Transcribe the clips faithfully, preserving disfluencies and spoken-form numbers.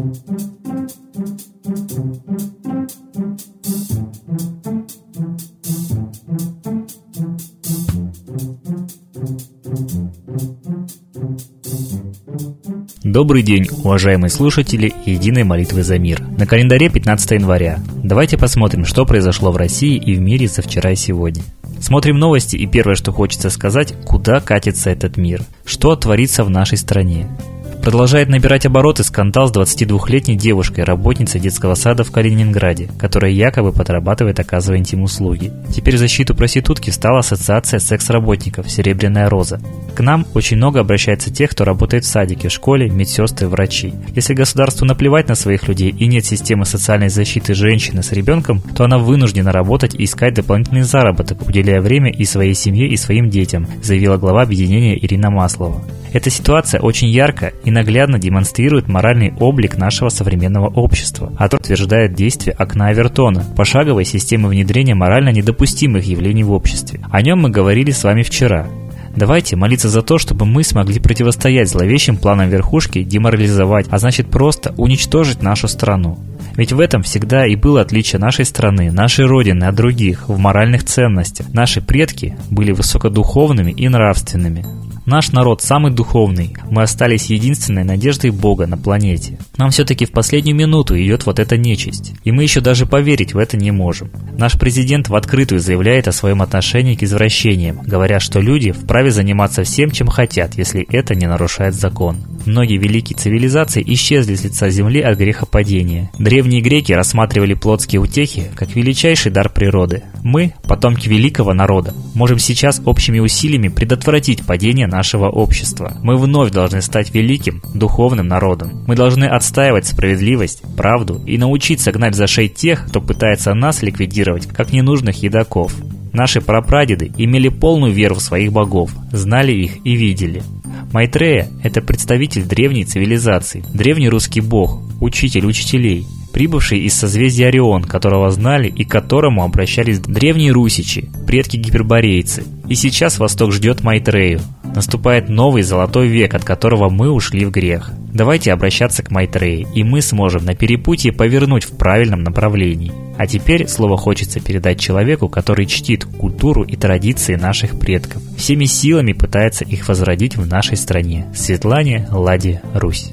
Добрый день, уважаемые слушатели Единой молитвы за мир. На календаре пятнадцатое января. Давайте посмотрим, что произошло в России и в мире за вчера и сегодня. Смотрим новости, и первое, что хочется сказать, куда катится этот мир, что творится в нашей стране. Продолжает набирать обороты скандал с двадцатидвухлетней девушкой, работницей детского сада в Калининграде, которая якобы подрабатывает, оказывая интим-услуги. Теперь в защиту проститутки стала ассоциация секс-работников «Серебряная роза». К нам очень много обращается тех, кто работает в садике, в школе, медсестры, врачи. Если государству наплевать на своих людей и нет системы социальной защиты женщины с ребенком, то она вынуждена работать и искать дополнительный заработок, уделяя время и своей семье, и своим детям, заявила глава объединения Ирина Маслова. Эта ситуация очень ярко и наглядно демонстрирует моральный облик нашего современного общества, а то утверждает действие окна Овертона, пошаговой системы внедрения морально недопустимых явлений в обществе. О нем мы говорили с вами вчера. Давайте молиться за то, чтобы мы смогли противостоять зловещим планам верхушки, деморализовать, а значит просто уничтожить нашу страну. Ведь в этом всегда и было отличие нашей страны, нашей Родины от других, в моральных ценностях. Наши предки были высокодуховными и нравственными. Наш народ самый духовный, мы остались единственной надеждой Бога на планете. Нам все-таки в последнюю минуту идет вот эта нечисть, и мы еще даже поверить в это не можем. Наш президент в открытую заявляет о своем отношении к извращениям, говоря, что люди вправе заниматься всем, чем хотят, если это не нарушает закон. Многие великие цивилизации исчезли с лица земли от грехопадения. Древние греки рассматривали плотские утехи как величайший дар природы. Мы, потомки великого народа, можем сейчас общими усилиями предотвратить падение нашего общества. Мы вновь должны стать великим духовным народом. Мы должны отстаивать справедливость, правду и научиться гнать за шею тех, кто пытается нас ликвидировать, как ненужных едоков. Наши прапрадеды имели полную веру в своих богов, знали их и видели. Майтрея – это представитель древней цивилизации, древний русский бог, учитель учителей, прибывший из созвездия Орион, которого знали и к которому обращались древние русичи, предки гиперборейцы. И сейчас Восток ждет Майтрею. Наступает новый золотой век, от которого мы ушли в грех. Давайте обращаться к Майтрее, и мы сможем на перепутье повернуть в правильном направлении. А теперь слово хочется передать человеку, который чтит культуру и традиции наших предков. Всеми силами пытается их возродить в нашей стране. Светлане Ладе Русь.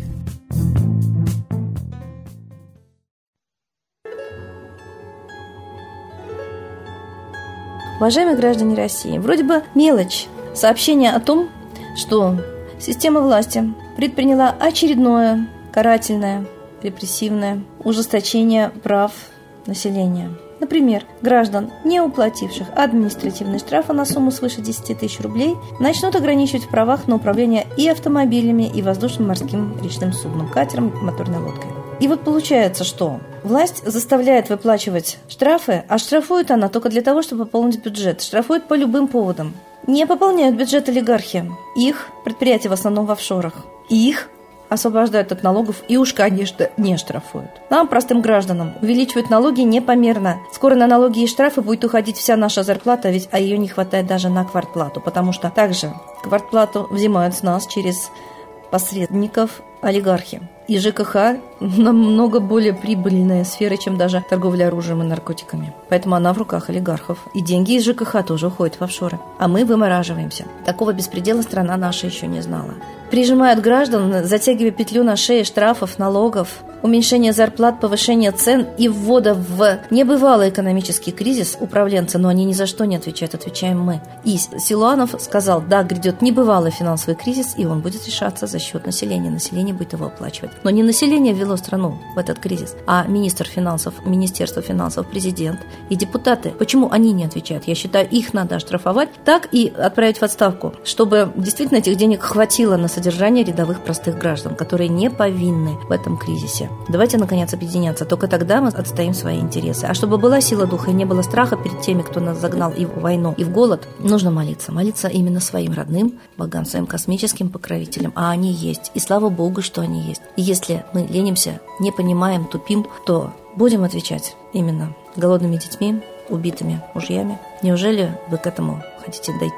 Уважаемые граждане России, вроде бы мелочь. Сообщение о том, что система власти предприняла очередное карательное, репрессивное ужесточение прав населения. Например, граждан, не уплативших административные штрафы на сумму свыше десять тысяч рублей, начнут ограничивать в правах на управление и автомобилями, и воздушным морским речным судном, катером, моторной лодкой. И вот получается, что власть заставляет выплачивать штрафы, а штрафует она только для того, чтобы пополнить бюджет. Штрафует по любым поводам. Не пополняют бюджет олигархи. Их предприятия в основном в офшорах. Их освобождают от налогов и уж, конечно, не штрафуют. Нам, простым гражданам, увеличивают налоги непомерно. Скоро на налоги и штрафы будет уходить вся наша зарплата, ведь а ее не хватает даже на квартплату, потому что также квартплату взимают с нас через посредников олигархи. И ЖКХ намного более прибыльная сфера, чем даже торговля оружием и наркотиками. Поэтому она в руках олигархов. И деньги из ЖКХ тоже уходят в офшоры. А мы вымораживаемся. Такого беспредела страна наша еще не знала. Прижимают граждан, затягивая петлю на шее штрафов, налогов, уменьшение зарплат, повышение цен и ввода в небывалый экономический кризис управленцы, но они ни за что не отвечают, отвечаем мы. И Силуанов сказал, да, грядет небывалый финансовый кризис, и он будет решаться за счет населения. Население будет его оплачивать. Но не население ввело страну в этот кризис, а министр финансов, Министерство финансов, президент и депутаты. Почему они не отвечают? Я считаю, их надо оштрафовать, так и отправить в отставку, чтобы действительно этих денег хватило на содержание рядовых простых граждан, которые не повинны в этом кризисе. Давайте, наконец, объединяться. Только тогда мы отстоим свои интересы. А чтобы была сила духа и не было страха перед теми, кто нас загнал и в войну, и в голод, нужно молиться. Молиться именно своим родным богам, своим космическим покровителям. А они есть. И слава Богу, что они есть. И если мы ленимся, не понимаем, тупим, то будем отвечать именно голодными детьми, убитыми мужьями. Неужели вы к этому хотите дойти?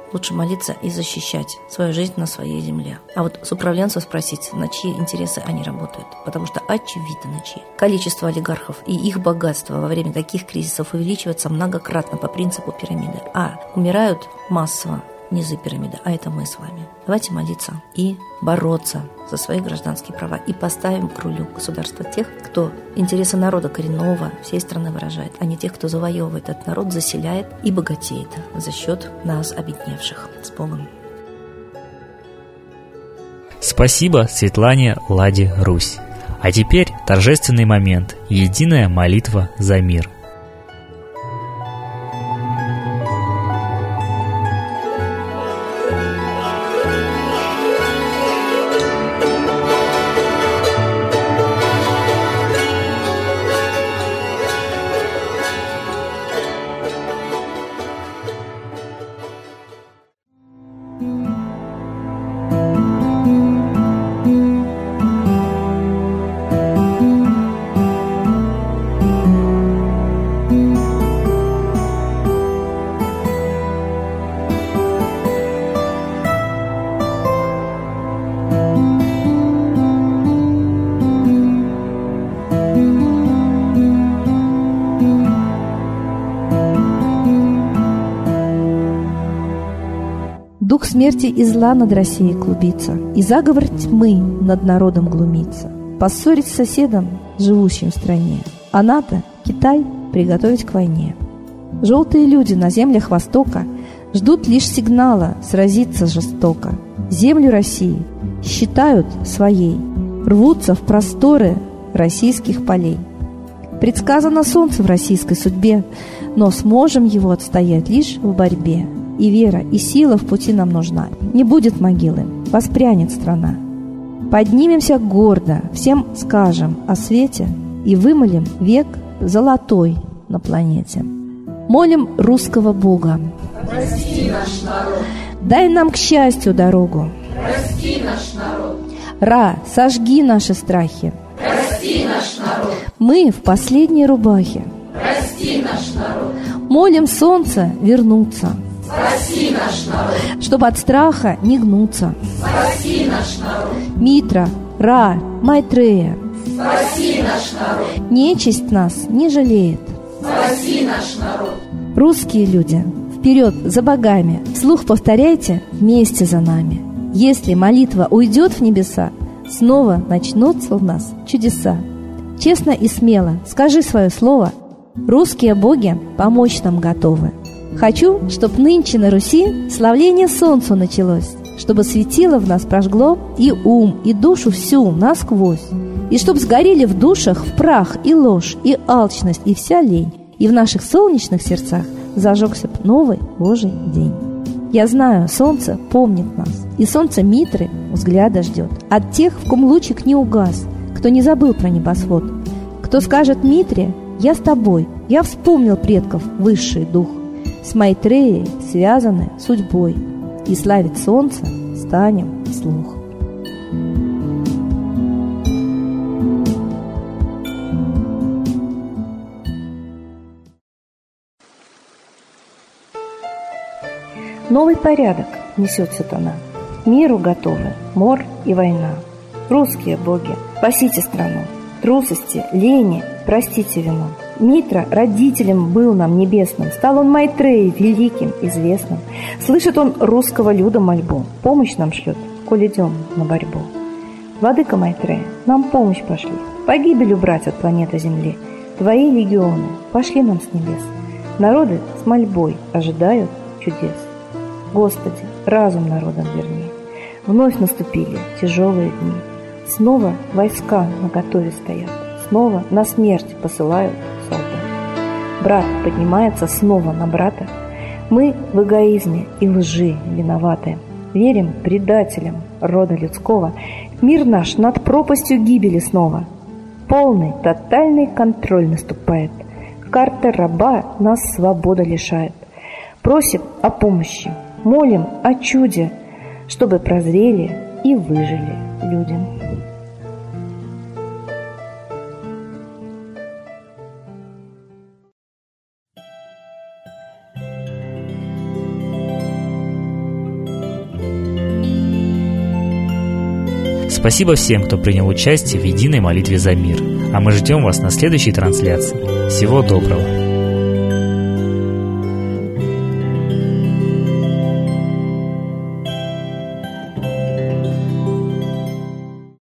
лучше молиться и защищать свою жизнь на своей земле. А вот с управленцев спросить, на чьи интересы они работают. Потому что очевидно, на чьи. Количество олигархов и их богатство во время таких кризисов увеличивается многократно по принципу пирамиды. А умирают массово низы пирамиды, а это мы с вами. Давайте молиться и бороться за свои гражданские права и поставим к рулю государства тех, кто интересы народа коренного всей страны выражает, а не тех, кто завоевывает этот народ, заселяет и богатеет за счет нас, обедневших. С Богом. Спасибо Светлане Ладе Русь. А теперь торжественный момент – единая молитва за мир. Дух смерти и зла над Россией клубится, и заговор тьмы над народом глумится. Поссорить с соседом, живущим в стране, а НАТО, Китай, приготовить к войне. Желтые люди на землях Востока ждут лишь сигнала сразиться жестоко. Землю России считают своей, рвутся в просторы российских полей. Предсказано солнце в российской судьбе, но сможем его отстоять лишь в борьбе. И вера, и сила в пути нам нужна. Не будет могилы, воспрянет страна. Поднимемся гордо, всем скажем о свете и вымолим век золотой на планете. Молим русского Бога. Прости наш народ. Дай нам к счастью дорогу. Прости наш народ. Ра, сожги наши страхи. Прости наш народ. Мы в последней рубахе. Прости наш народ. Молим солнце вернуться. Спаси наш народ. Чтобы от страха не гнуться. Спаси наш народ. Митра, Ра, Майтрея. Спаси наш народ. Нечисть нас не жалеет. Спаси наш народ. Русские люди, вперед за богами. Вслух повторяйте вместе за нами. Если молитва уйдет в небеса, снова начнутся у нас чудеса. Честно и смело скажи свое слово. Русские боги помочь нам готовы. Хочу, чтоб нынче на Руси славление солнцу началось, чтобы светило в нас прожгло и ум, и душу всю насквозь, и чтоб сгорели в душах в прах и ложь, и алчность, и вся лень, и в наших солнечных сердцах зажегся б новый Божий день. Я знаю, солнце помнит нас, и солнце Митры взгляда ждет от тех, в ком лучик не угас, кто не забыл про небосвод, кто скажет Митре: «Я с тобой, я вспомнил предков высший дух». С Майтреей связаны судьбой, и славить солнце станем вслух. Новый порядок несет сатана. Миру готовы мор и война. Русские боги, спасите страну. Трусости, лени, простите вину. Митра родителем был нам небесным, стал он Майтреей великим, известным. Слышит он русского люда мольбу, помощь нам шлет, коль идем на борьбу. Владыка Майтрея, нам помощь пошли, погибель убрать от планеты Земли. Твои легионы пошли нам с небес, народы с мольбой ожидают чудес. Господи, разум народом верни, вновь наступили тяжелые дни. Снова войска наготове стоят, снова на смерть посылают солдат. Брат поднимается снова на брата. Мы в эгоизме и лжи виноваты. Верим предателям рода людского. Мир наш над пропастью гибели снова. Полный, тотальный контроль наступает. Карта раба нас свобода лишает. Просим о помощи, молим о чуде, чтобы прозрели и выжили людям. Спасибо всем, кто принял участие в единой молитве за мир. А мы ждем вас на следующей трансляции. Всего доброго!